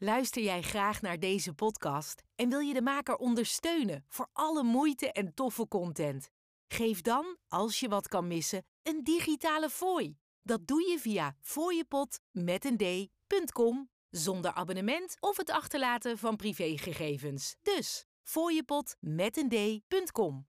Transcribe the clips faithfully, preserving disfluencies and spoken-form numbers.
Luister jij graag naar deze podcast en wil je de maker ondersteunen voor alle moeite en toffe content? Geef dan, als je wat kan missen, een digitale fooi. Dat doe je via fooiepot met een d punt com zonder abonnement of het achterlaten van privégegevens. Dus fooiepot met een d punt com.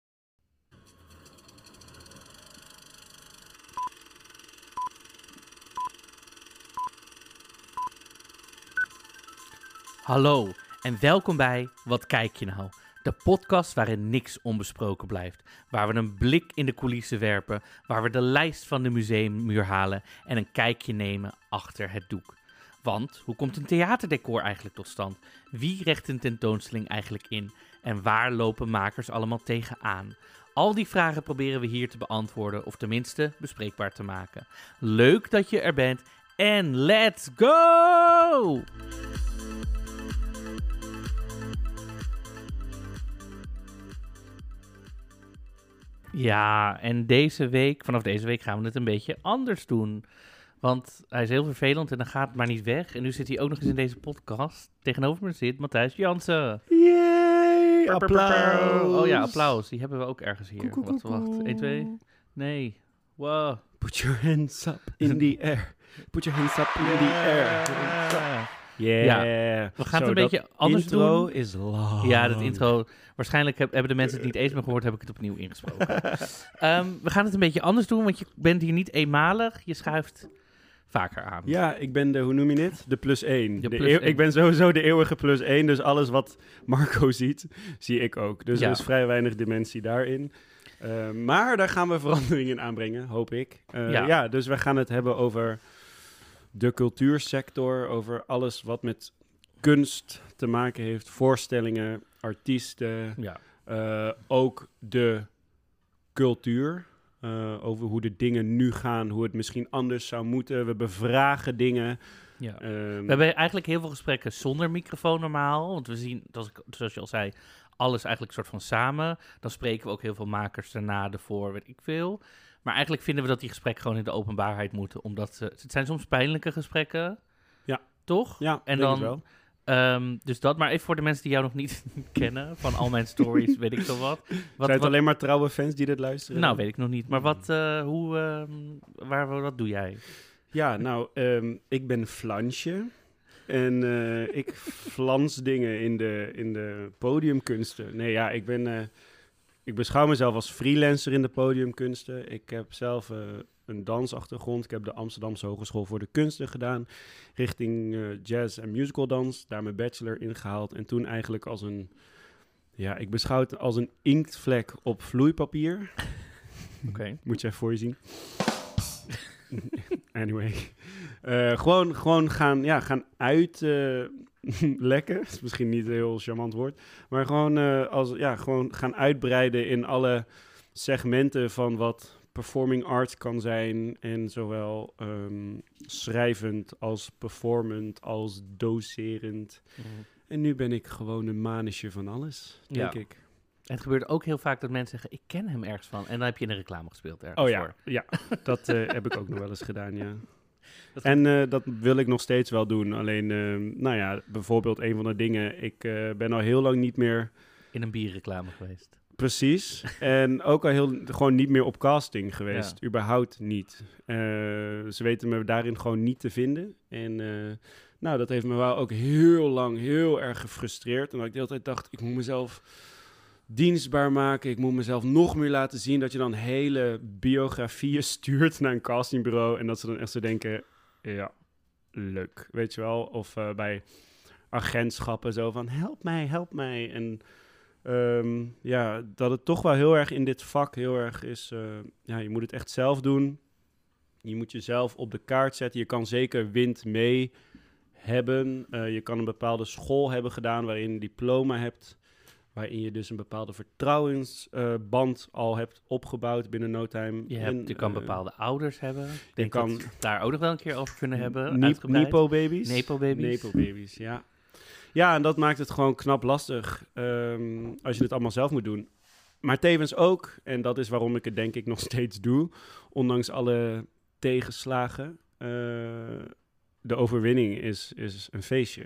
Hallo en welkom bij Wat Kijk Je Nou? De podcast waarin niks onbesproken blijft. Waar we een blik in de coulissen werpen, waar we de lijst van de museummuur halen en een kijkje nemen achter het doek. Want hoe komt een theaterdecor eigenlijk tot stand? Wie richt een tentoonstelling eigenlijk in? En waar lopen makers allemaal tegenaan? Al die vragen proberen we hier te beantwoorden of tenminste bespreekbaar te maken. Leuk dat je er bent en let's go! Ja, en deze week, vanaf deze week gaan we het een beetje anders doen. Want hij is heel vervelend en dan gaat het maar niet weg. En nu zit hij ook nog eens in deze podcast. Tegenover me zit Matthijs Jansen. Yay! Applaus! Oh ja, applaus. Die hebben we ook ergens hier. Koe, koe, Wacht, koe, wacht. koe. één, twee. Nee. Wow. Put your hands up in the air. Put your hands up in the air. Yeah. Ja, we gaan het Zo, een dat beetje anders intro doen. is lang. Ja, dat intro. Waarschijnlijk heb- hebben de mensen het niet eens meer gehoord, heb ik het opnieuw ingesproken. Ehm, we gaan het een beetje anders doen, want je bent hier niet eenmalig. Je schuift vaker aan. Ja, ik ben de, hoe noem je het? De plus één. De De plus eeuw- één. Ik ben sowieso de eeuwige plus één, dus alles wat Marco ziet, zie ik ook. Dus Ja. er is vrij weinig dimensie daarin. Uh, maar daar gaan we verandering in aanbrengen, hoop ik. Uh, Ja. ja. dus we gaan het hebben over de cultuursector, over alles wat met kunst te maken heeft, voorstellingen, artiesten, Ja. uh, ook de cultuur. Uh, over hoe de dingen nu gaan, hoe het misschien anders zou moeten. We bevragen dingen. Ja. Um, We hebben eigenlijk heel veel gesprekken zonder microfoon normaal. Want we zien, zoals, ik, zoals je al zei, alles eigenlijk soort van samen. Dan spreken we ook heel veel makers daarna, ervoor, weet ik veel. Maar eigenlijk vinden we dat die gesprekken gewoon in de openbaarheid moeten. Omdat ze, het zijn soms pijnlijke gesprekken. Ja. Toch? ja, En denk dan, ik wel. Um, dus dat, maar even voor de mensen die jou nog niet kennen, van al mijn stories, weet ik veel wat. wat Zijn het wat- alleen maar trouwe fans die dit luisteren? Nou, weet ik nog niet. Maar wat, uh, hoe, um, waar, wat doe jij? Ja, nou, um, ik ben Flansje. En uh, ik flans dingen in de, in de podiumkunsten. Nee, ja, ik ben... Uh, ik beschouw mezelf als freelancer in de podiumkunsten. Ik heb zelf uh, een dansachtergrond. Ik heb de Amsterdamse Hogeschool voor de Kunsten gedaan. Richting uh, jazz en musicaldans. Daar mijn bachelor in gehaald. En toen eigenlijk als een... Ja, ik beschouw het als een inktvlek op vloeipapier. Oké. Okay. Moet je even voor je zien. Anyway. Uh, gewoon, gewoon gaan, ja, gaan uit... Uh, lekken, dat is misschien niet een heel charmant woord, maar gewoon, uh, als, ja, gewoon gaan uitbreiden in alle segmenten van wat performing arts kan zijn en zowel um, schrijvend als performant als docerend. Mm-hmm. En nu ben ik gewoon een manusje van alles, denk ja. ik. En het gebeurt ook heel vaak dat mensen zeggen, ik ken hem ergens van. En dan heb je in een reclame gespeeld ergens Oh ja, voor. ja. dat uh, heb ik ook nog wel eens gedaan, ja. Dat en uh, dat wil ik nog steeds wel doen. Alleen, uh, nou ja, bijvoorbeeld een van de dingen... Ik uh, ben al heel lang niet meer... in een bierreclame geweest. Precies. En ook al heel, gewoon niet meer op casting geweest. Ja. Überhaupt niet. Uh, ze weten me daarin gewoon niet te vinden. En uh, nou, dat heeft me wel ook heel lang heel erg gefrustreerd. Omdat ik de hele tijd dacht, ik moet mezelf... dienstbaar maken. Ik moet mezelf nog meer laten zien. Dat je dan hele biografieën stuurt naar een castingbureau. En dat ze dan echt zo denken... Ja, leuk. Weet je wel? Of uh, bij agentschappen zo van... Help mij, help mij. En um, ja, dat het toch wel heel erg in dit vak heel erg is... Uh, ja, je moet het echt zelf doen. Je moet jezelf op de kaart zetten. Je kan zeker wind mee hebben. Uh, je kan een bepaalde school hebben gedaan... waarin je een diploma hebt... waarin je dus een bepaalde vertrouwensband uh, al hebt opgebouwd binnen no time. Je, hebt, en, je kan uh, bepaalde ouders hebben. Ik je denk kan dat we daar ook nog wel een keer over kunnen hebben. Nip, Nepo-babies. Nepo-babies. Nepo-babies, ja. Ja, en dat maakt het gewoon knap lastig um, als je het allemaal zelf moet doen. Maar tevens ook, en dat is waarom ik het denk ik nog steeds doe, ondanks alle tegenslagen, uh, de overwinning is, is een feestje.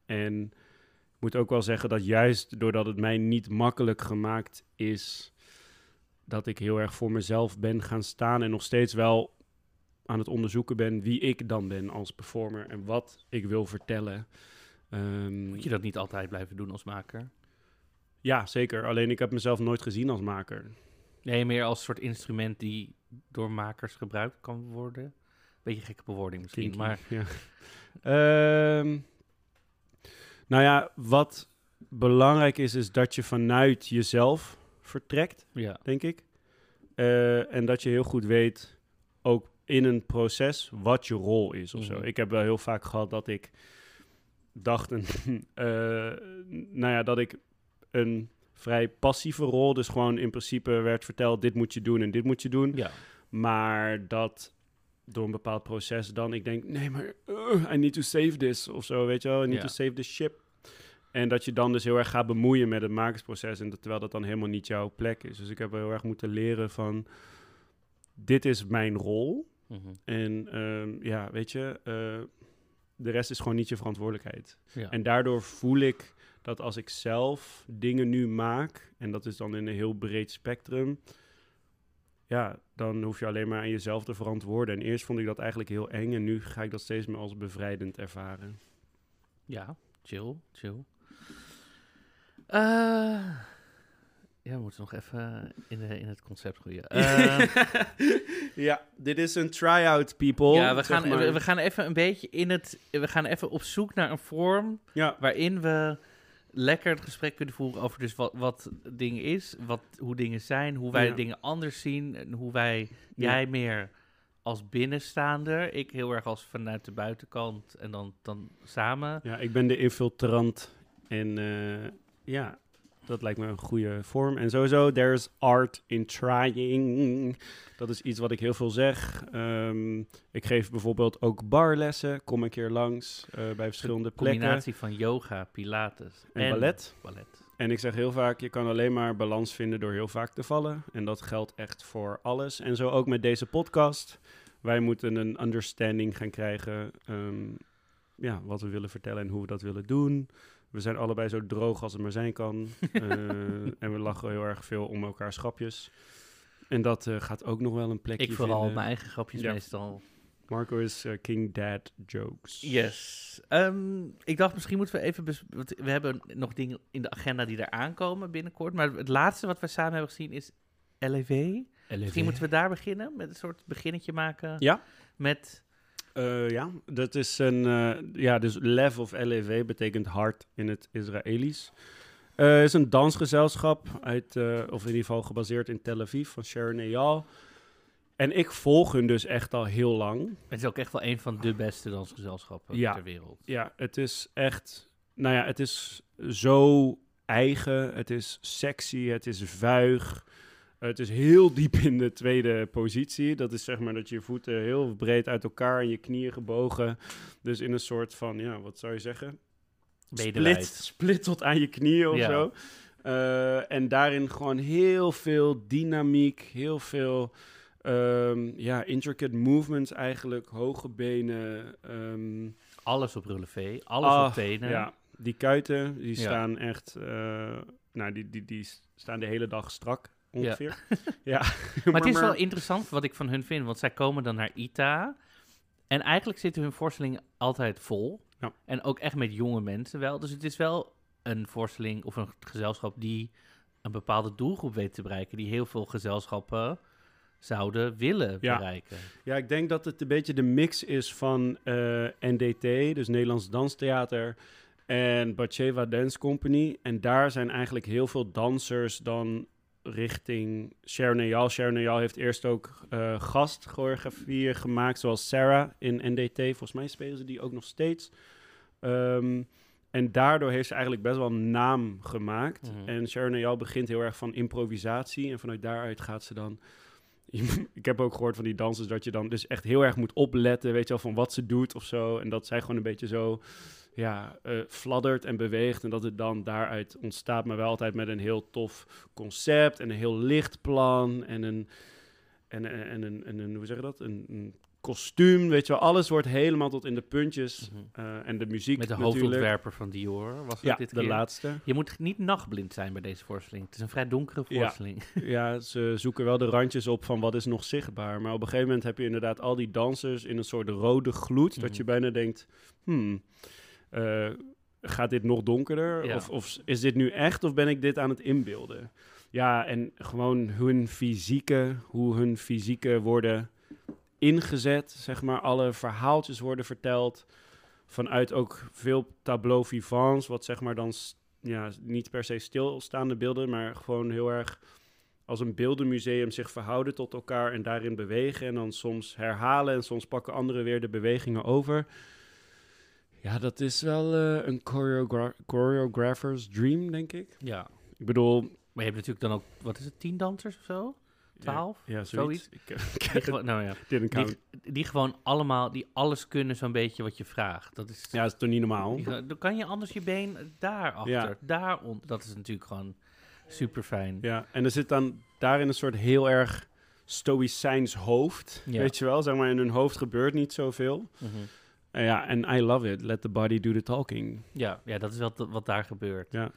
En ik moet ook wel zeggen dat juist doordat het mij niet makkelijk gemaakt is, dat ik heel erg voor mezelf ben gaan staan en nog steeds wel aan het onderzoeken ben wie ik dan ben als performer en wat ik wil vertellen. Um, Moet je dat niet altijd blijven doen als maker? Ja, zeker. Alleen ik heb mezelf nooit gezien als maker. Nee, meer als soort instrument die door makers gebruikt kan worden. Beetje gekke bewoording misschien, Kinky, maar... Ja. um, nou ja, wat belangrijk is, is dat je vanuit jezelf vertrekt, Ja. denk ik. Uh, en dat je heel goed weet, ook in een proces, wat je rol is of Mm-hmm. zo. Ik heb wel heel vaak gehad dat ik dacht, een, uh, nou ja, dat ik een vrij passieve rol, dus gewoon in principe werd verteld, dit moet je doen en dit moet je doen. Ja. Maar dat door een bepaald proces dan, ik denk, nee, maar uh, I need to save this of zo, weet je wel, I need Ja. to save this ship. En dat je dan dus heel erg gaat bemoeien met het makersproces, en dat, terwijl dat dan helemaal niet jouw plek is. Dus ik heb wel heel erg moeten leren van, dit is mijn rol. Mm-hmm. En um, ja, weet je, uh, de rest is gewoon niet je verantwoordelijkheid. Ja. En daardoor voel ik dat als ik zelf dingen nu maak, en dat is dan in een heel breed spectrum, ja, dan hoef je alleen maar aan jezelf te verantwoorden. En eerst vond ik dat eigenlijk heel eng, en nu ga ik dat steeds meer als bevrijdend ervaren. Ja, chill, chill. Uh, ja, we moeten nog even in, de, in het concept groeien. Uh, ja, dit is een try-out, people. Ja, we gaan, zeg maar. we, we gaan even een beetje in het... We gaan even op zoek naar een vorm ja. waarin we lekker het gesprek kunnen voeren over dus wat, wat dingen is, wat, hoe dingen zijn, hoe wij ja. dingen anders zien en hoe wij, ja. jij meer als binnenstaander, ik heel erg als vanuit de buitenkant en dan, dan samen. Ja, ik ben de infiltrant en uh, ja, dat lijkt me een goede vorm. En sowieso, there's art in trying. Dat is iets wat ik heel veel zeg. Um, ik geef bijvoorbeeld ook barlessen. Kom een keer langs uh, bij verschillende plekken. Een combinatie van yoga, pilates en, en ballet. ballet. En ik zeg heel vaak, je kan alleen maar balans vinden door heel vaak te vallen. En dat geldt echt voor alles. En zo ook met deze podcast. Wij moeten een understanding gaan krijgen, um, ja, wat we willen vertellen en hoe we dat willen doen. We zijn allebei zo droog als het maar zijn kan. uh, en we lachen heel erg veel om elkaar schapjes. En dat uh, gaat ook nog wel een plekje Ik vooral vinden. mijn eigen grapjes ja. meestal. Marco is uh, King Dad Jokes. Yes. Um, ik dacht, misschien moeten we even... Bes- we hebben nog dingen in de agenda die er aankomen binnenkort. Maar het laatste wat we samen hebben gezien is L E V. L E V. Misschien moeten we daar beginnen, met een soort beginnetje maken. Ja. Met... Uh, ja, dat is een... Uh, ja, dus Lev of L E V betekent hart in het Israëlisch. Het uh, is een dansgezelschap uit... Uh, of in ieder geval gebaseerd in Tel Aviv van Sharon Eyal. En ik volg hun dus echt al heel lang. Het is ook echt wel een van de beste dansgezelschappen ja. ter wereld. Ja, het is echt... Nou ja, het is zo eigen. Het is sexy. Het is vuig. Het is heel diep in de tweede positie. Dat is zeg maar dat je voeten heel breed uit elkaar en je knieën gebogen. Dus in een soort van, ja, wat zou je zeggen? Split, split tot aan je knieën of ja. zo. Uh, en daarin gewoon heel veel dynamiek, heel veel... Um, ja, intricate movements eigenlijk, hoge benen. Um, alles op relevé, alles ah, op tenen. Ja, die kuiten, die ja. staan echt, uh, nou, die, die, die staan de hele dag strak, ongeveer. Ja. ja. Maar het is wel interessant wat ik van hun vind, want zij komen dan naar I T A en eigenlijk zitten hun voorstellingen altijd vol. Ja. En ook echt met jonge mensen wel. Dus het is wel een voorstelling of een gezelschap die een bepaalde doelgroep weet te bereiken, die heel veel gezelschappen zouden willen ja. bereiken. Ja, ik denk dat het een beetje de mix is van uh, N D T, dus Nederlands Danstheater, en Batsheva Dance Company. En daar zijn eigenlijk heel veel dansers dan richting Sharon Eyal. Sharon Eyal heeft eerst ook uh, gastchoreografieën gemaakt, zoals Sarah in N D T. Volgens mij spelen ze die ook nog steeds. Um, en daardoor heeft ze eigenlijk best wel een naam gemaakt. Mm-hmm. En Sharon Eyal begint heel erg van improvisatie. En vanuit daaruit gaat ze dan... Ik heb ook gehoord van die dansers dat je dan dus echt heel erg moet opletten, weet je wel, van wat ze doet of zo. En dat zij gewoon een beetje zo, ja, uh, fladdert en beweegt. En dat het dan daaruit ontstaat, maar wel altijd met een heel tof concept en een heel licht plan en een, en, en, en, en, en een hoe zeg je dat, een, een kostuum, weet je wel. Alles wordt helemaal tot in de puntjes. Mm-hmm. Uh, en de muziek Met de natuurlijk. hoofdontwerper van Dior was dat ja, dit de keer. laatste. Je moet niet nachtblind zijn bij deze voorstelling. Het is een vrij donkere voorstelling. Ja. ja, ze zoeken wel de randjes op van wat is nog zichtbaar. Maar op een gegeven moment heb je inderdaad al die dansers in een soort rode gloed. Mm-hmm. Dat je bijna denkt, hmm, uh, gaat dit nog donkerder? Ja. Of, of is dit nu echt of ben ik dit aan het inbeelden? Ja, en gewoon hun fysieke, hoe hun fysieke worden ingezet, zeg maar. Alle verhaaltjes worden verteld vanuit ook veel tableau vivants, wat zeg maar dan ja, niet per se stilstaande beelden, maar gewoon heel erg als een beeldenmuseum zich verhouden tot elkaar en daarin bewegen en dan soms herhalen en soms pakken anderen weer de bewegingen over. Ja, dat is wel uh, een choreogra- choreographer's dream, denk ik. Ja. Ik bedoel... Maar je hebt natuurlijk dan ook, wat is het, tien dansers of zo? Twaalf? Ja, ja zoiets. Ik, uh, die, gewoon, nou ja, die, die gewoon allemaal, die alles kunnen zo'n beetje wat je vraagt. Dat is, ja, dat is toch niet normaal? Die, dan kan je anders je been daarachter, ja. daaronder. Dat is natuurlijk gewoon super fijn. Ja, en er zit dan daarin een soort heel erg stoïcijns hoofd. Ja. Weet je wel, zeg maar, in hun hoofd gebeurt niet zoveel. Mm-hmm. Uh, ja, en I love it. Let the body do the talking. Ja, ja dat is wel t- wat daar gebeurt. Ja.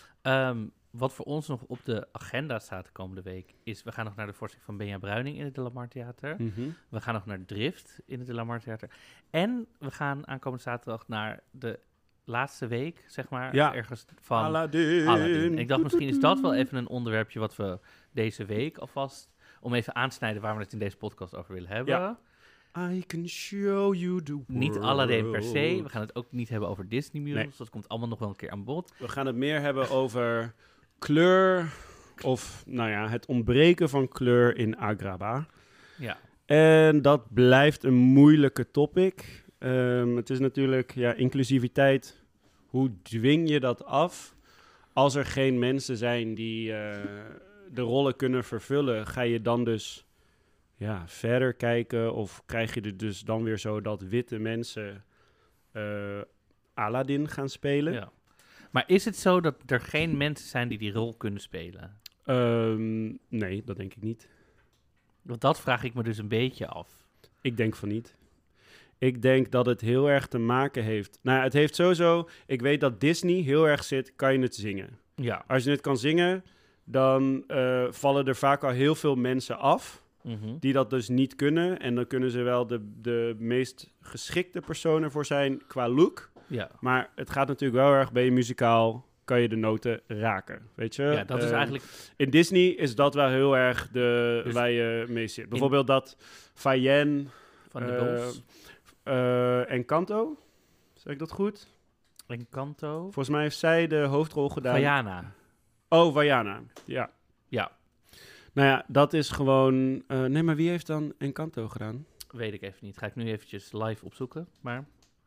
Um, Wat voor ons nog op de agenda staat de komende week is... we gaan nog naar de voorstelling van Benja Bruining in het De La Mar Theater. Mm-hmm. We gaan nog naar Drift in het De La Mar Theater. En we gaan aankomende zaterdag naar de laatste week, zeg maar, ja. ergens van Aladdin. Aladdin. Ik dacht, misschien is dat wel even een onderwerpje wat we deze week alvast... om even aan te snijden waar we het in deze podcast over willen hebben. Ja. I can show you the world. Niet Aladdin per se. We gaan het ook niet hebben over Disney musicals. Nee. Dat komt allemaal nog wel een keer aan bod. We gaan het meer hebben over... kleur of, nou ja, het ontbreken van kleur in Agrabah. Ja. En dat blijft een moeilijke topic. Um, het is natuurlijk, ja, inclusiviteit. Hoe dwing je dat af? Als er geen mensen zijn die uh, de rollen kunnen vervullen, ga je dan dus ja, verder kijken? Of krijg je er dus dan weer zo dat witte mensen uh, Aladdin gaan spelen? Ja. Maar is het zo dat er geen mensen zijn die die rol kunnen spelen? Um, nee, dat denk ik niet. Want dat vraag ik me dus een beetje af. Ik denk van niet. Ik denk dat het heel erg te maken heeft... Nou ja, het heeft sowieso... Ik weet dat Disney heel erg zit, kan je het zingen? Ja. Als je het kan zingen, dan uh, vallen er vaak al heel veel mensen af... Mm-hmm. die dat dus niet kunnen. En dan kunnen ze wel de, de meest geschikte persoon ervoor zijn qua look... Ja. Maar het gaat natuurlijk wel erg bij je muzikaal, kan je de noten raken, weet je? Ja, dat is uh, eigenlijk... In Disney is dat wel heel erg de, dus waar je mee zit. Bijvoorbeeld in... dat Fayen... Van de Dols. Uh, uh, Encanto, zeg ik dat goed? Encanto? Volgens mij heeft zij de hoofdrol gedaan. Vaiana. Oh, Vaiana, ja. Ja. Nou ja, dat is gewoon... Uh, nee, maar wie heeft dan Encanto gedaan? Weet ik even niet. Ga ik nu eventjes live opzoeken, maar...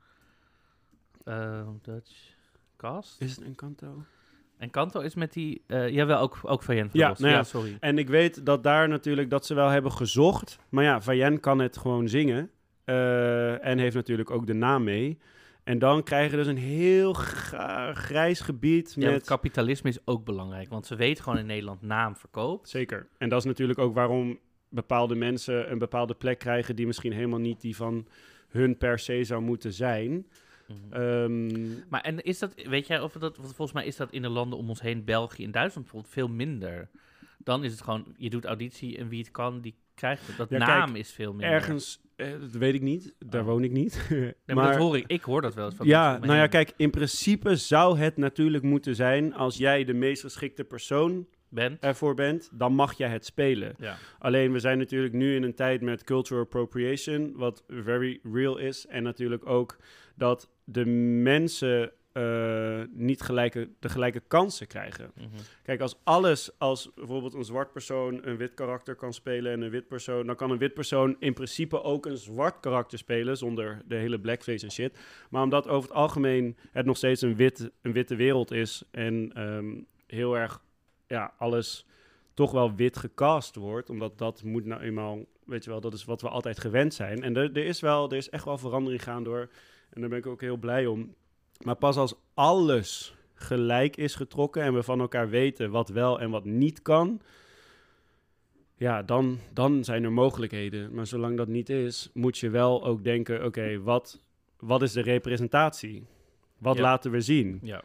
Uh, Dutch cast. Is het Encanto? Encanto is met die... Uh, jawel, ook, ook Fayen van ja, Bos. nou ja, ja, sorry. En ik weet dat daar natuurlijk dat ze wel hebben gezocht. Maar ja, Fayen kan het gewoon zingen. Uh, en heeft natuurlijk ook de naam mee. En dan krijg je dus een heel g- grijs gebied. Ja, met... het kapitalisme is ook belangrijk. Want ze weten gewoon in Nederland naam verkoopt. Zeker. En dat is natuurlijk ook waarom bepaalde mensen een bepaalde plek krijgen... die misschien helemaal niet die van hun per se zou moeten zijn... Mm-hmm. Um, maar en is dat, weet jij of dat, want volgens mij is dat in de landen om ons heen, België en Duitsland bijvoorbeeld, veel minder. Dan is het gewoon, je doet auditie en wie het kan, die krijgt het. Dat ja, naam kijk, is veel minder. Ergens, eh, dat weet ik niet, daar oh. woon ik niet. nee, maar, maar dat hoor ik, ik hoor dat wel eens van ja, nou ja, kijk, in principe zou het natuurlijk moeten zijn, als jij de meest geschikte persoon bent. ervoor bent, dan mag jij het spelen. Ja. Alleen, we zijn natuurlijk nu in een tijd met cultural appropriation, wat very real is. En natuurlijk ook dat de mensen uh, niet gelijke, de gelijke kansen krijgen. Mm-hmm. Kijk, als alles, als bijvoorbeeld een zwart persoon een wit karakter kan spelen en een wit persoon, dan kan een wit persoon in principe ook een zwart karakter spelen, zonder de hele blackface en shit. Maar omdat over het algemeen het nog steeds een, wit, een witte wereld is en um, heel erg, ja, alles toch wel wit gecast wordt, omdat dat moet nou eenmaal, weet je wel, dat is wat we altijd gewend zijn. En er, er is wel, er is echt wel verandering gaan door. En daar ben ik ook heel blij om. Maar pas als alles gelijk is getrokken en we van elkaar weten wat wel en wat niet kan, ja, dan, dan zijn er mogelijkheden. Maar zolang dat niet is, moet je wel ook denken, oké, okay, wat, wat is de representatie? Wat Ja. laten we zien? Ja.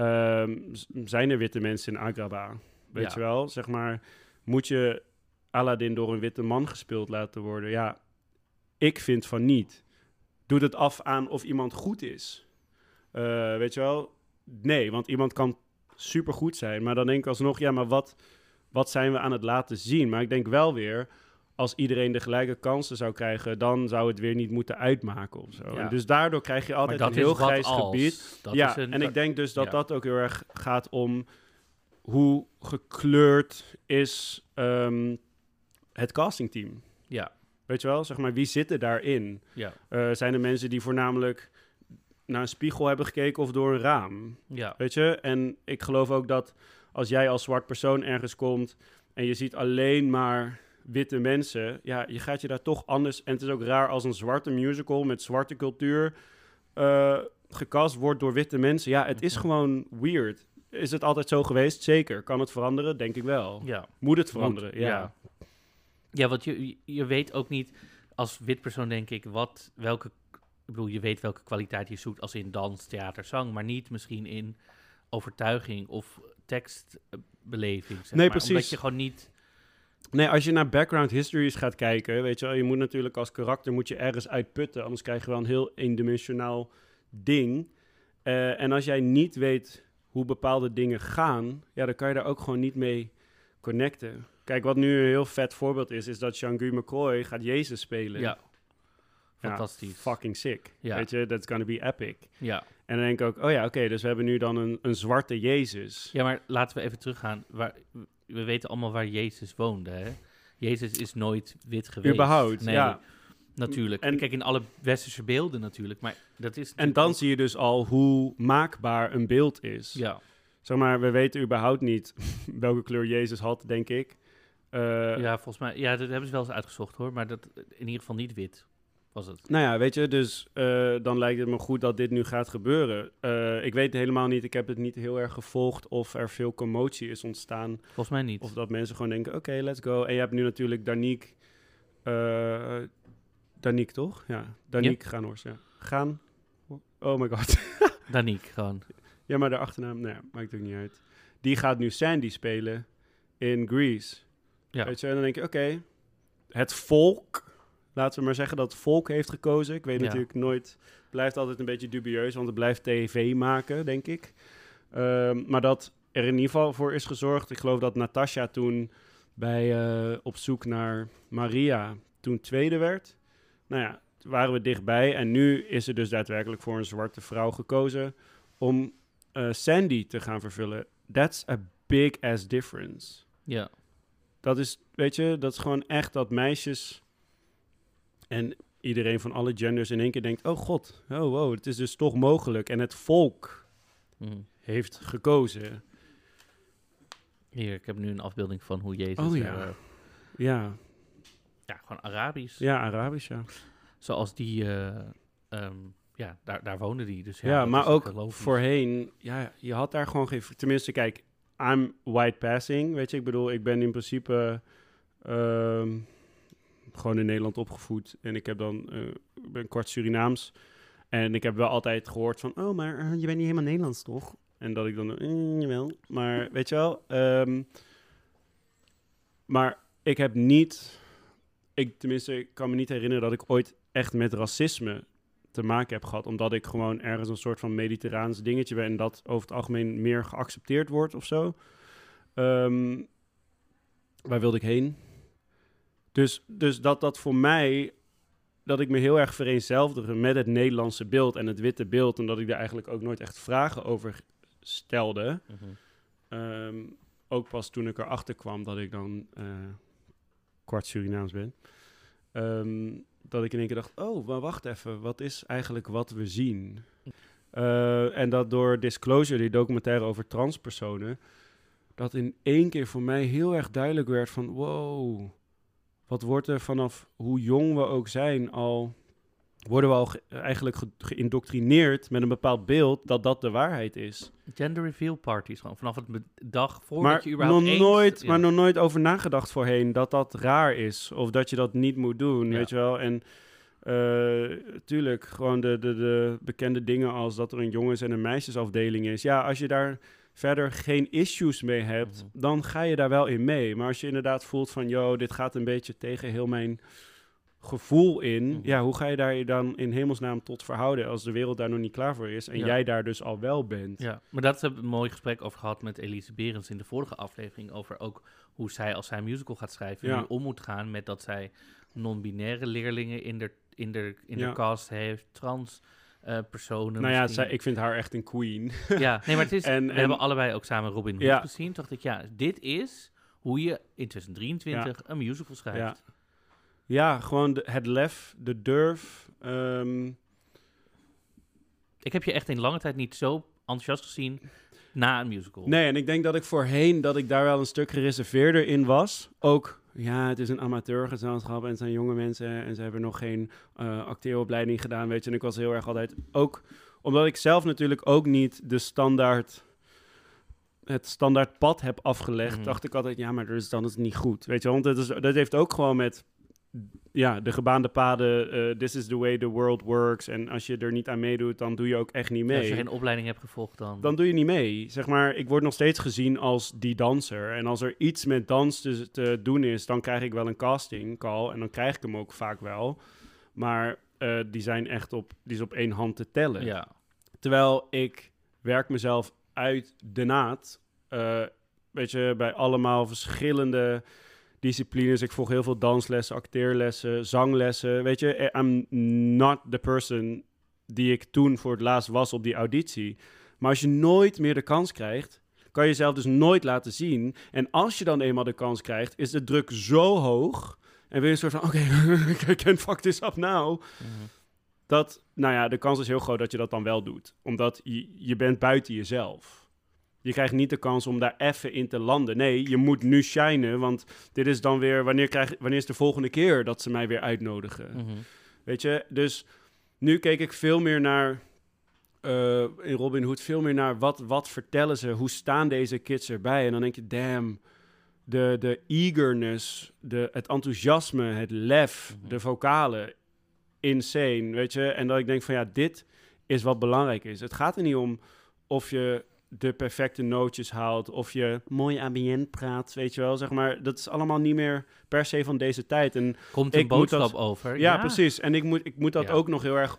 Um, z- zijn er witte mensen in Agrabah? Weet Ja. je wel? Zeg maar, moet je Aladdin door een witte man gespeeld laten worden? Ja, ik vind van niet. Doet het af aan of iemand goed is? Uh, weet je wel? Nee, want iemand kan supergoed zijn. Maar dan denk ik alsnog, ja, maar wat, wat zijn we aan het laten zien? Maar ik denk wel weer, als iedereen de gelijke kansen zou krijgen, dan zou het weer niet moeten uitmaken of zo. Ja. En dus daardoor krijg je altijd Maar een dat heel is wat grijs als. gebied. Dat ja, is een, en ik denk dus dat ja. dat ook heel erg gaat om hoe gekleurd is um, het castingteam. Ja. Weet je wel, zeg maar, wie zitten daarin? Ja. Uh, zijn er mensen die voornamelijk naar een spiegel hebben gekeken of door een raam? Ja. Weet je? En ik geloof ook dat als jij als zwart persoon ergens komt en je ziet alleen maar witte mensen, ja, je gaat je daar toch anders. En het is ook raar als een zwarte musical met zwarte cultuur uh, gecast wordt door witte mensen. Ja, het is gewoon weird. Is het altijd zo geweest? Zeker. Kan het veranderen? Denk ik wel. Ja. Moet het veranderen? Moet, ja. ja. Ja, want je, je weet ook niet, als wit persoon denk ik, wat, welke, ik bedoel, je weet welke kwaliteit je zoekt als in dans, theater, zang, maar niet misschien in overtuiging of tekstbeleving. Zeg Nee, maar, precies. Omdat je gewoon niet... Nee, als je naar background histories gaat kijken, weet je wel, je moet natuurlijk als karakter moet je ergens uitputten, anders krijg je wel een heel eendimensionaal ding. Uh, en als jij niet weet hoe bepaalde dingen gaan, ja, dan kan je daar ook gewoon niet mee connecten. Kijk, wat nu een heel vet voorbeeld is, is dat Jean-Guy McCoy gaat Jezus spelen. Ja, fantastisch. Ja, fucking sick. Ja. Weet je, that's gonna be epic. Ja. En dan denk ik ook, oh ja, oké, okay, dus we hebben nu dan een, een zwarte Jezus. Ja, maar laten we even teruggaan. Waar, we weten allemaal waar Jezus woonde, hè? Jezus is nooit wit geweest. Überhaupt, nee, ja. Natuurlijk. En, Kijk, in alle westerse beelden natuurlijk, maar dat is... En dan ook... zie je dus al hoe maakbaar een beeld is. Ja. Zeg maar, we weten überhaupt niet welke kleur Jezus had, denk ik. Uh, ja, volgens mij... Ja, dat hebben ze wel eens uitgezocht, hoor. Maar dat in ieder geval niet wit was het. Nou ja, weet je, dus uh, dan lijkt het me goed dat dit nu gaat gebeuren. Uh, ik weet helemaal niet, ik heb het niet heel erg gevolgd of er veel commotie is ontstaan. Volgens mij niet. Of dat mensen gewoon denken, oké, okay, let's go. En je hebt nu natuurlijk Danique... Uh, Danique, toch? Ja, Danique ja. Gaanhorst, ja. Gaan... Oh my god. Danique, gewoon. Ja, maar de achternaam, nou ja, maakt ook niet uit. Die gaat nu Sandy spelen in Grease. Ja. Weet je, en dan denk je, oké, okay, het volk, laten we maar zeggen dat het volk heeft gekozen. Ik weet ja. natuurlijk nooit, blijft altijd een beetje dubieus, want het blijft tv maken, denk ik. Um, maar dat er in ieder geval voor is gezorgd. Ik geloof dat Natasha toen bij uh, Op zoek naar Maria toen tweede werd. Nou ja, waren we dichtbij. En nu is er dus daadwerkelijk voor een zwarte vrouw gekozen om uh, Sandy te gaan vervullen. That's a big ass difference. Ja. Dat is, weet je, dat is gewoon echt dat meisjes en iedereen van alle genders in één keer denkt, oh god, oh wow, het is dus toch mogelijk. En het volk mm. heeft gekozen. Hier, ik heb nu een afbeelding van hoe Jezus... Oh ja. Uh, ja. Ja, gewoon Arabisch. Ja, Arabisch, ja. Zoals die... Uh, um, ja, daar, daar woonde die. Dus ja, ja maar ook logisch. Voorheen, ja, je had daar gewoon geen... Tenminste, kijk, I'm white passing, weet je. Ik bedoel, ik ben in principe um, gewoon in Nederland opgevoed. En ik heb dan, uh, ik ben kwart Surinaams. En ik heb wel altijd gehoord van, oh, maar uh, je bent niet helemaal Nederlands, toch? En dat ik dan, mm, jawel. Maar weet je wel, um, maar ik heb niet... Ik, tenminste, ik kan me niet herinneren dat ik ooit echt met racisme te maken heb gehad, omdat ik gewoon ergens een soort van mediterraans dingetje ben en dat over het algemeen meer geaccepteerd wordt of zo. Um, waar wilde ik heen? Dus, dus dat dat voor mij, dat ik me heel erg vereenzelvigde met het Nederlandse beeld en het witte beeld, en dat ik daar eigenlijk ook nooit echt vragen over stelde. Mm-hmm. Um, ook pas toen ik erachter kwam dat ik dan uh, kwart Surinaams ben. Um, dat ik in één keer dacht, oh, maar wacht even, wat is eigenlijk wat we zien? Uh, en dat door Disclosure, die documentaire over transpersonen, dat in één keer voor mij heel erg duidelijk werd van, wow, wat wordt er vanaf hoe jong we ook zijn al worden we al ge- eigenlijk ge- geïndoctrineerd met een bepaald beeld dat dat de waarheid is. Gender reveal parties, gewoon vanaf het be- dag voordat Maar je überhaupt nog eens... nooit, ja. maar nog nooit over nagedacht voorheen dat dat raar is. Of dat je dat niet moet doen, Ja. weet je wel. En uh, tuurlijk, gewoon de, de, de bekende dingen als dat er een jongens- en een meisjesafdeling is. Ja, als je daar verder geen issues mee hebt, Mhm. dan ga je daar wel in mee. Maar als je inderdaad voelt van, yo, dit gaat een beetje tegen heel mijn gevoel in. Mhm. Ja, hoe ga je daar je dan in hemelsnaam tot verhouden als de wereld daar nog niet klaar voor is en Ja. jij daar dus al wel bent? Ja, maar dat hebben we een mooi gesprek over gehad met Elise Berends in de vorige aflevering. Over ook hoe zij, als zij een musical gaat schrijven, Ja. nu om moet gaan met dat zij non-binaire leerlingen in de, in de, in de Ja. cast heeft, trans uh, personen. Nou ja, misschien. zij, ik vind haar echt een queen. Ja, nee, maar het is, En- we en- hebben allebei ook samen Robin Hood Ja. gezien. Toen dacht ik, ja, dit is hoe je in twintig drieëntwintig een musical schrijft. Ja. Ja, gewoon de, het lef, de durf. ehm, Ik heb je echt in lange tijd niet zo enthousiast gezien na een musical. nee, en ik denk dat ik voorheen dat ik daar wel een stuk gereserveerder in was. Ook, ja, het is een amateurgezelschap en het zijn jonge mensen en ze hebben nog geen uh, acteeropleiding gedaan, weet je. En ik was heel erg altijd, ook omdat ik zelf natuurlijk ook niet de standaard, het standaard pad heb afgelegd, Mhm. dacht ik altijd, ja, maar dus dan is het niet goed, weet je. Want dat, is, dat heeft ook gewoon met, ja, de gebaande paden, uh, this is the way the world works. En als je er niet aan meedoet, dan doe je ook echt niet mee. Als je geen opleiding hebt gevolgd dan... Dan doe je niet mee. Zeg maar, ik word nog steeds gezien als die danser. En als er iets met dans te, te doen is, dan krijg ik wel een casting call. En dan krijg ik hem ook vaak wel. Maar uh, die zijn echt op, die is op één hand te tellen. Ja. Terwijl ik werk mezelf uit de naad. Uh, weet je, bij allemaal verschillende disciplines. Ik volg heel veel danslessen, acteerlessen, zanglessen. Weet je, I'm not the person die ik toen voor het laatst was op die auditie. Maar als je nooit meer de kans krijgt, kan je jezelf dus nooit laten zien. En als je dan eenmaal de kans krijgt, is de druk zo hoog. En weer een soort van, oké, okay, I can't fuck this up now. Mm-hmm. Dat, nou ja, de kans is heel groot dat je dat dan wel doet. Omdat je, je bent buiten jezelf. Je krijgt niet de kans om daar even in te landen. Nee, je moet nu shinen, want dit is dan weer... Wanneer, krijg, wanneer is de volgende keer dat ze mij weer uitnodigen? Mm-hmm. Weet je, dus nu keek ik veel meer naar... Uh, in Robin Hood veel meer naar wat, wat vertellen ze? Hoe staan deze kids erbij? En dan denk je, damn, de, de eagerness, de, het enthousiasme, het lef, Mm-hmm. de vocalen, insane, weet je? En dat ik denk van, ja, dit is wat belangrijk is. Het gaat er niet om of je de perfecte nootjes haalt, of je mooi A B N praat, weet je wel, zeg maar. Dat is allemaal niet meer per se van deze tijd. En Komt een ik moet boodschap dat- over. ja, precies. En ik moet, ik moet dat Ja. ook nog heel erg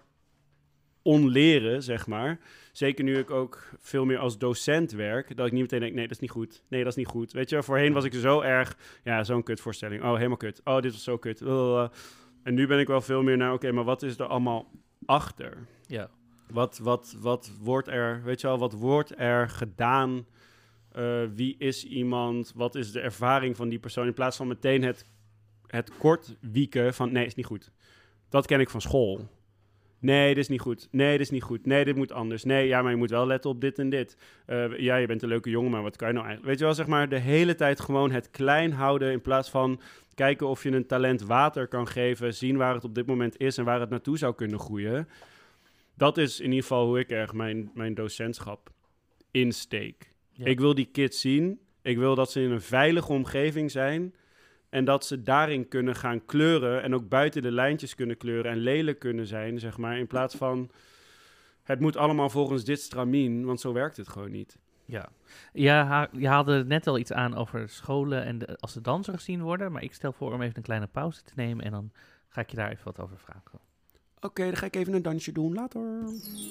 onleren, zeg maar. Zeker nu ik ook veel meer als docent werk, dat ik niet meteen denk, nee, dat is niet goed. Nee, dat is niet goed. Weet je, voorheen was ik zo erg, ja, zo'n kutvoorstelling. Oh, helemaal kut. Oh, dit was zo kut. Uh, en nu ben ik wel veel meer naar, oké, maar wat is er allemaal achter? Ja. Wat, wat, wat wordt er, weet je wel, wat wordt er gedaan? Uh, wie is iemand? Wat is de ervaring van die persoon? In plaats van meteen het, het kort wieken van, nee, is niet goed. Dat ken ik van school. Nee, dit is niet goed. Nee, dit is niet goed. Nee, dit moet anders. Nee, ja, maar je moet wel letten op dit en dit. Uh, ja, je bent een leuke jongen, maar wat kan je nou eigenlijk? Weet je wel, zeg maar, de hele tijd gewoon het klein houden in plaats van kijken of je een talent water kan geven, zien waar het op dit moment is en waar het naartoe zou kunnen groeien. Dat is in ieder geval hoe ik erg mijn, mijn docentschap insteek. Ja. Ik wil die kids zien. Ik wil dat ze in een veilige omgeving zijn. En dat ze daarin kunnen gaan kleuren. En ook buiten de lijntjes kunnen kleuren. En lelijk kunnen zijn, zeg maar. In plaats van, het moet allemaal volgens dit stramien. Want zo werkt het gewoon niet. Ja, ja ha- je haalde net al iets aan over scholen en de, als de danser gezien worden. Maar ik stel voor om even een kleine pauze te nemen. En dan ga ik je daar even wat over vragen. Oké, okay, dan ga ik even een dansje doen. Later.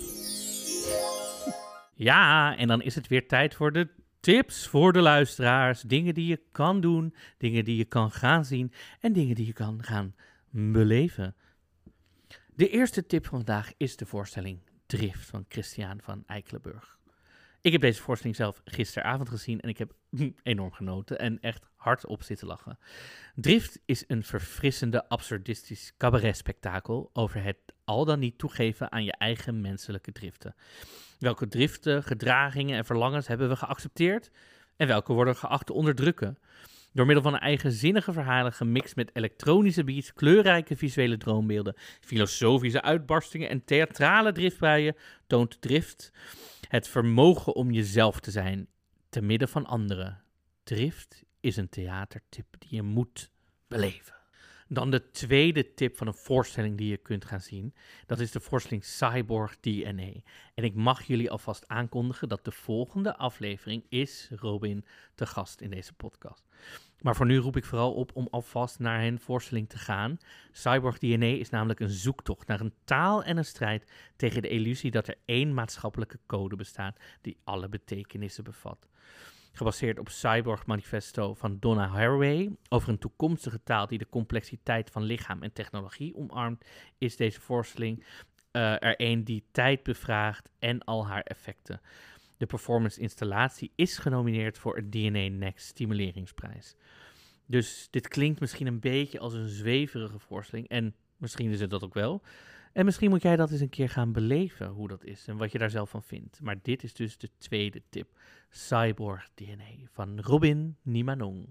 Ja, en dan is het weer tijd voor de tips voor de luisteraars. Dingen die je kan doen, dingen die je kan gaan zien en dingen die je kan gaan beleven. De eerste tip van vandaag is de voorstelling Drift van Christian van Eikelenburg. Ik heb deze voorstelling zelf gisteravond gezien en ik heb enorm genoten en echt hardop zitten lachen. Drift is een verfrissende, absurdistisch cabaret-spektakel over het al dan niet toegeven aan je eigen menselijke driften. Welke driften, gedragingen en verlangens hebben we geaccepteerd en welke worden geacht te onderdrukken? Door middel van een eigenzinnige verhalen gemixt met elektronische beats, kleurrijke visuele droombeelden, filosofische uitbarstingen en theatrale driftbuien toont Drift het vermogen om jezelf te zijn, te midden van anderen. Drift is een theatertip die je moet beleven. Dan de tweede tip van een voorstelling die je kunt gaan zien. Dat is de voorstelling Cyborg D N A. En ik mag jullie alvast aankondigen dat de volgende aflevering is Robin te gast in deze podcast. Maar voor nu roep ik vooral op om alvast naar hun voorstelling te gaan. Cyborg D N A is namelijk een zoektocht naar een taal en een strijd tegen de illusie dat er één maatschappelijke code bestaat die alle betekenissen bevat. Gebaseerd op Cyborg Manifesto van Donna Haraway over een toekomstige taal die de complexiteit van lichaam en technologie omarmt, is deze voorstelling uh, er een die tijd bevraagt en al haar effecten. De performance installatie is genomineerd voor het D N A Next Stimuleringsprijs. Dus dit klinkt misschien een beetje als een zweverige voorstelling en misschien is het dat ook wel. En misschien moet jij dat eens een keer gaan beleven, hoe dat is en wat je daar zelf van vindt. Maar dit is dus de tweede tip. Cyborg D N A van Robin Nimanong.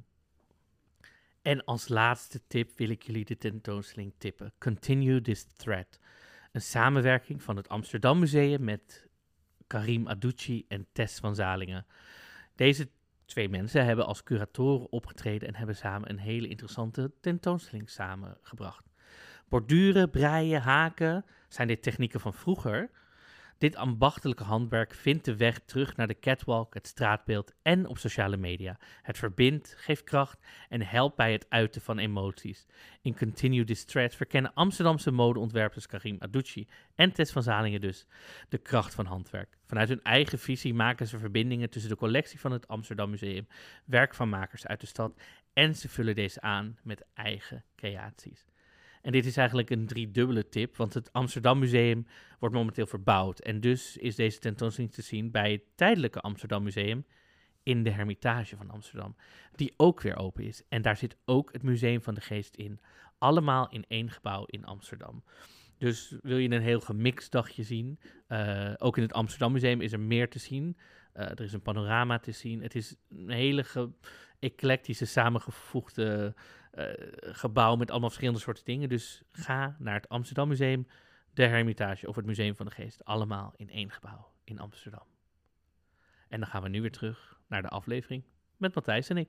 En als laatste tip wil ik jullie de tentoonstelling tippen. Continue this thread. Een samenwerking van het Amsterdam Museum met Karim Adouchi en Tess van Zalingen. Deze twee mensen hebben als curatoren opgetreden en hebben samen een hele interessante tentoonstelling samengebracht. Borduren, breien, haken zijn dit technieken van vroeger. Dit ambachtelijke handwerk vindt de weg terug naar de catwalk, het straatbeeld en op sociale media. Het verbindt, geeft kracht en helpt bij het uiten van emoties. In Continue This Thread verkennen Amsterdamse modeontwerpers Karim Adouchi en Tess van Zalingen dus de kracht van handwerk. Vanuit hun eigen visie maken ze verbindingen tussen de collectie van het Amsterdam Museum, werk van makers uit de stad en ze vullen deze aan met eigen creaties. En dit is eigenlijk een driedubbele tip, want het Amsterdam Museum wordt momenteel verbouwd. En dus is deze tentoonstelling te zien bij het tijdelijke Amsterdam Museum in de Hermitage van Amsterdam, die ook weer open is. En daar zit ook het Museum van de Geest in, allemaal in één gebouw in Amsterdam. Dus wil je een heel gemixt dagje zien, uh, ook in het Amsterdam Museum is er meer te zien. Uh, er is een panorama te zien. Het is een hele ge- eclectische, samengevoegde uh, gebouw met allemaal verschillende soorten dingen. Dus ga naar het Amsterdam Museum, de Hermitage of het Museum van de Geest. Allemaal in één gebouw in Amsterdam. En dan gaan we nu weer terug naar de aflevering met Matthijs en ik.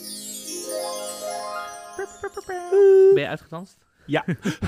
Ben je uitgedanst? Ja.